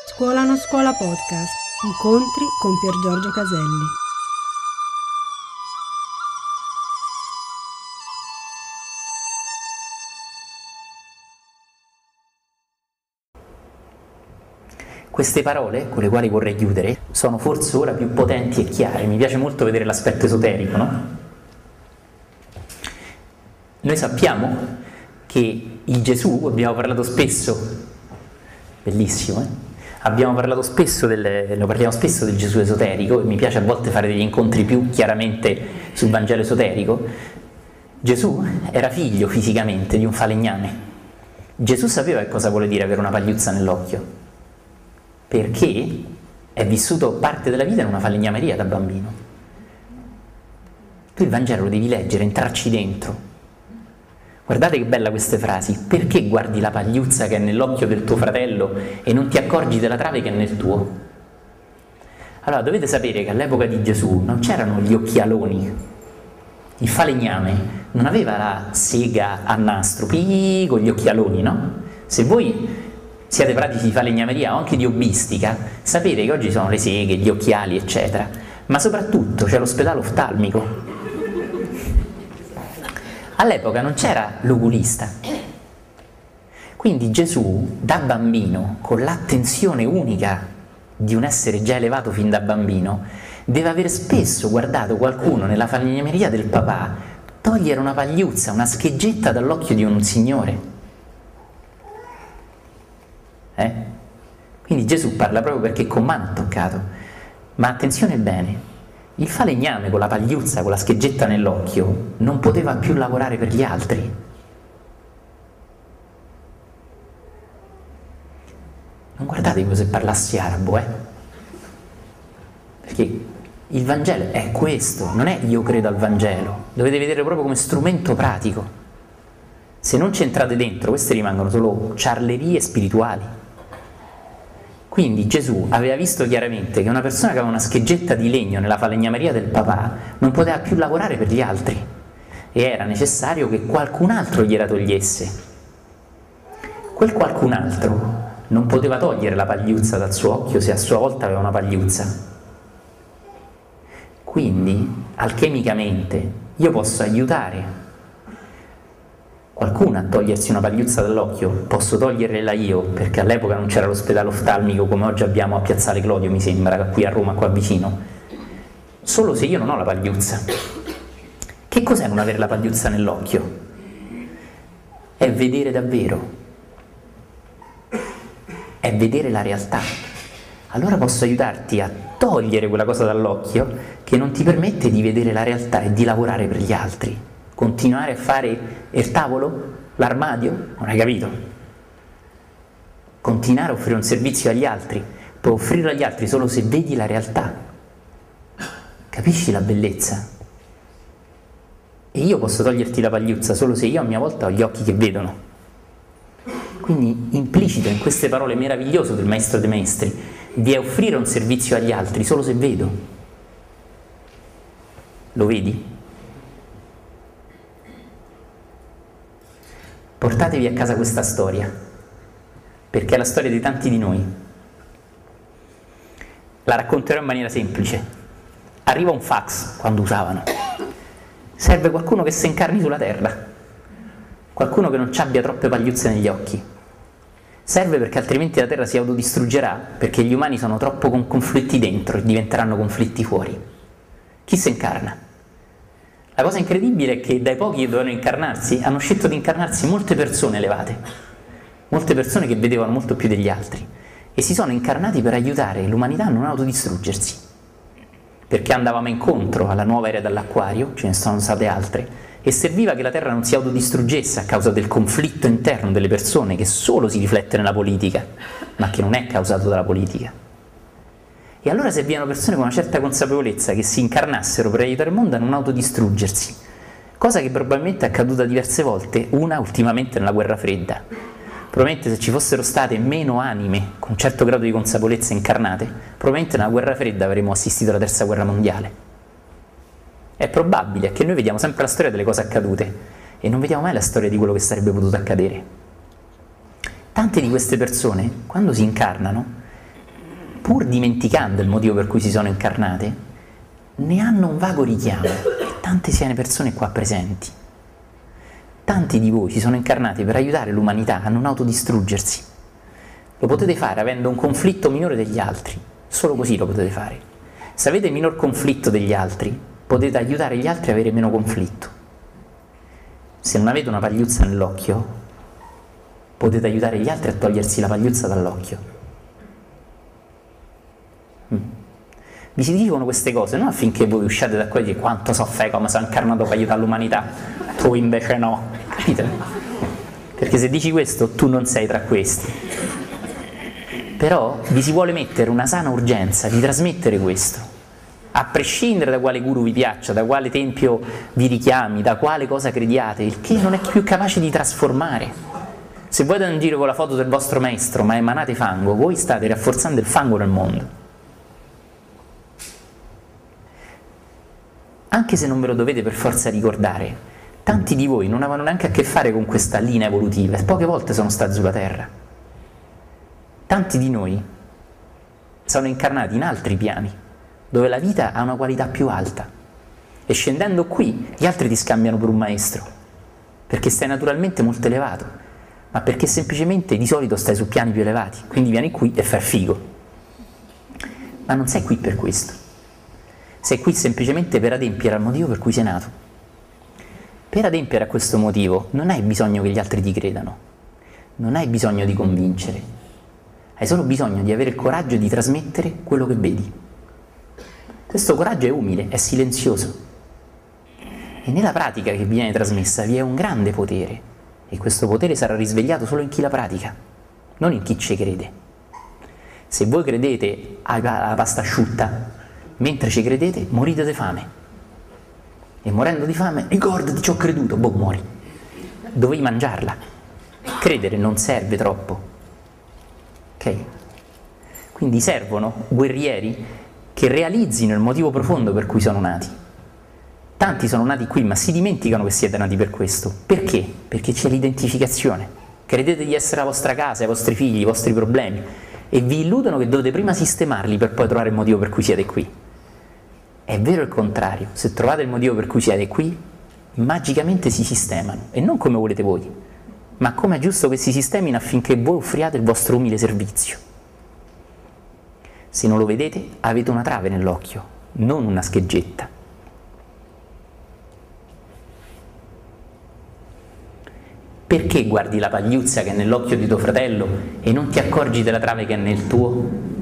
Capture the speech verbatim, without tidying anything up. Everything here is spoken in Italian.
Scuola non scuola podcast. Incontri con Pier Giorgio Caselli. Queste parole, con le quali vorrei chiudere, sono forse ora più potenti e chiare. Mi piace molto vedere l'aspetto esoterico, no? Noi sappiamo che il Gesù, abbiamo parlato spesso, bellissimo, eh? Abbiamo parlato spesso del, lo parliamo spesso del Gesù esoterico, e mi piace a volte fare degli incontri più chiaramente sul Vangelo esoterico. Gesù era figlio fisicamente di un falegname. Gesù sapeva che cosa vuole dire avere una pagliuzza nell'occhio, perché è vissuto parte della vita in una falegnameria da bambino. Tu il Vangelo lo devi leggere, entrarci dentro. Guardate che bella queste frasi. Perché guardi la pagliuzza che è nell'occhio del tuo fratello e non ti accorgi della trave che è nel tuo? Allora, dovete sapere che all'epoca di Gesù non c'erano gli occhialoni. Il falegname non aveva la sega a nastro, pii, con gli occhialoni, no? Se voi siete pratici di falegnameria o anche di hobbistica, sapete che oggi sono le seghe, gli occhiali, eccetera. Ma soprattutto c'è l'ospedale oftalmico. All'epoca non c'era l'oculista. Quindi Gesù, da bambino, con l'attenzione unica di un essere già elevato fin da bambino, deve aver spesso guardato qualcuno nella falegnameria del papà togliere una pagliuzza, una scheggetta dall'occhio di un signore. Eh? Quindi Gesù parla proprio perché con mano ha toccato. Ma attenzione bene, il falegname con la pagliuzza, con la scheggetta nell'occhio, non poteva più lavorare per gli altri. Non guardate come se parlassi arabo, eh? Perché il Vangelo è questo, non è io credo al Vangelo, dovete vedere proprio come strumento pratico. Se non ci entrate dentro, queste rimangono solo ciarlerie spirituali. Quindi Gesù aveva visto chiaramente che una persona che aveva una scheggetta di legno nella falegnameria del papà non poteva più lavorare per gli altri e era necessario che qualcun altro gliela togliesse. Quel qualcun altro non poteva togliere la pagliuzza dal suo occhio se a sua volta aveva una pagliuzza. Quindi, alchemicamente, io posso aiutare qualcuno a togliersi una pagliuzza dall'occhio, posso toglierla io, perché all'epoca non c'era l'ospedale oftalmico come oggi abbiamo a Piazzale Clodio, mi sembra, qui a Roma, qua vicino, solo se io non ho la pagliuzza. Che cos'è non avere la pagliuzza nell'occhio? È vedere davvero, è vedere la realtà. Allora posso aiutarti a togliere quella cosa dall'occhio che non ti permette di vedere la realtà e di lavorare per gli altri. Continuare a fare il tavolo, l'armadio, non hai capito? Continuare a offrire un servizio agli altri, puoi offrirlo agli altri solo se vedi la realtà. Capisci la bellezza? E io posso toglierti la pagliuzza solo se io a mia volta ho gli occhi che vedono. Quindi implicito in queste parole meravigliose del Maestro dei Maestri, di offrire un servizio agli altri solo se vedo. Lo vedi? Portatevi a casa questa storia, perché è la storia di tanti di noi. La racconterò in maniera semplice. Arriva un fax, quando usavano. Serve qualcuno che si incarni sulla terra, qualcuno che non ci abbia troppe pagliuzze negli occhi. Serve perché altrimenti la terra si autodistruggerà, perché gli umani sono troppo con conflitti dentro e diventeranno conflitti fuori. Chi si incarna? La cosa incredibile è che dai pochi che dovevano incarnarsi, hanno scelto di incarnarsi molte persone elevate, molte persone che vedevano molto più degli altri, e si sono incarnati per aiutare l'umanità a non autodistruggersi, perché andavamo incontro alla nuova era dell'acquario, ce ne sono state altre, e serviva che la Terra non si autodistruggesse a causa del conflitto interno delle persone, che solo si riflette nella politica, ma che non è causato dalla politica. E allora servivano persone con una certa consapevolezza che si incarnassero per aiutare il mondo a non autodistruggersi, cosa che probabilmente è accaduta diverse volte, una ultimamente nella guerra fredda. Probabilmente se ci fossero state meno anime con un certo grado di consapevolezza incarnate, probabilmente nella guerra fredda avremmo assistito alla terza guerra mondiale. È probabile che noi vediamo sempre la storia delle cose accadute e non vediamo mai la storia di quello che sarebbe potuto accadere. Tante di queste persone, quando si incarnano, pur dimenticando il motivo per cui si sono incarnate, ne hanno un vago richiamo, e tante siano persone qua presenti. Tanti di voi si sono incarnati per aiutare l'umanità a non autodistruggersi. Lo potete fare avendo un conflitto minore degli altri, solo così lo potete fare. Se avete minor conflitto degli altri, potete aiutare gli altri a avere meno conflitto. Se non avete una pagliuzza nell'occhio, potete aiutare gli altri a togliersi la pagliuzza dall'occhio. Mm. Vi si dicono queste cose non affinché voi usciate da qua e dite quanto so fe come sono incarnato per aiutare l'umanità, tu invece no, capite? Perché se dici questo tu non sei tra questi. Però vi si vuole mettere una sana urgenza di trasmettere questo, a prescindere da quale guru vi piaccia, da quale tempio vi richiami, da quale cosa crediate, il che non è più capace di trasformare. Se voi andate in giro con la foto del vostro maestro ma emanate fango, voi state rafforzando il fango nel mondo. Anche se non ve lo dovete per forza ricordare, tanti di voi non avevano neanche a che fare con questa linea evolutiva e poche volte sono stati sulla Terra. Tanti di noi sono incarnati in altri piani, dove la vita ha una qualità più alta, e scendendo qui gli altri ti scambiano per un maestro, perché stai naturalmente molto elevato, ma perché semplicemente di solito stai su piani più elevati, quindi vieni qui e fai figo. Ma non sei qui per questo. Sei qui semplicemente per adempiere al motivo per cui sei nato. Per adempiere a questo motivo non hai bisogno che gli altri ti credano, non hai bisogno di convincere, hai solo bisogno di avere il coraggio di trasmettere quello che vedi. Questo coraggio è umile, è silenzioso, e nella pratica che viene trasmessa vi è un grande potere, e questo potere sarà risvegliato solo in chi la pratica, non in chi ci crede. Se voi credete alla pasta asciutta, mentre ci credete, morite di fame. E morendo di fame, ricordati, ci ho creduto, boh, muori. Dovevi mangiarla. Credere non serve troppo. Ok? Quindi servono guerrieri che realizzino il motivo profondo per cui sono nati. Tanti sono nati qui, ma si dimenticano che siete nati per questo. Perché? Perché c'è l'identificazione. Credete di essere la vostra casa, i vostri figli, i vostri problemi, e vi illudono che dovete prima sistemarli per poi trovare il motivo per cui siete qui. È vero il contrario, se trovate il motivo per cui siete qui, magicamente si sistemano, e non come volete voi, ma come è giusto che si sistemino affinché voi offriate il vostro umile servizio. Se non lo vedete, avete una trave nell'occhio, non una scheggetta. Perché guardi la pagliuzza che è nell'occhio di tuo fratello e non ti accorgi della trave che è nel tuo?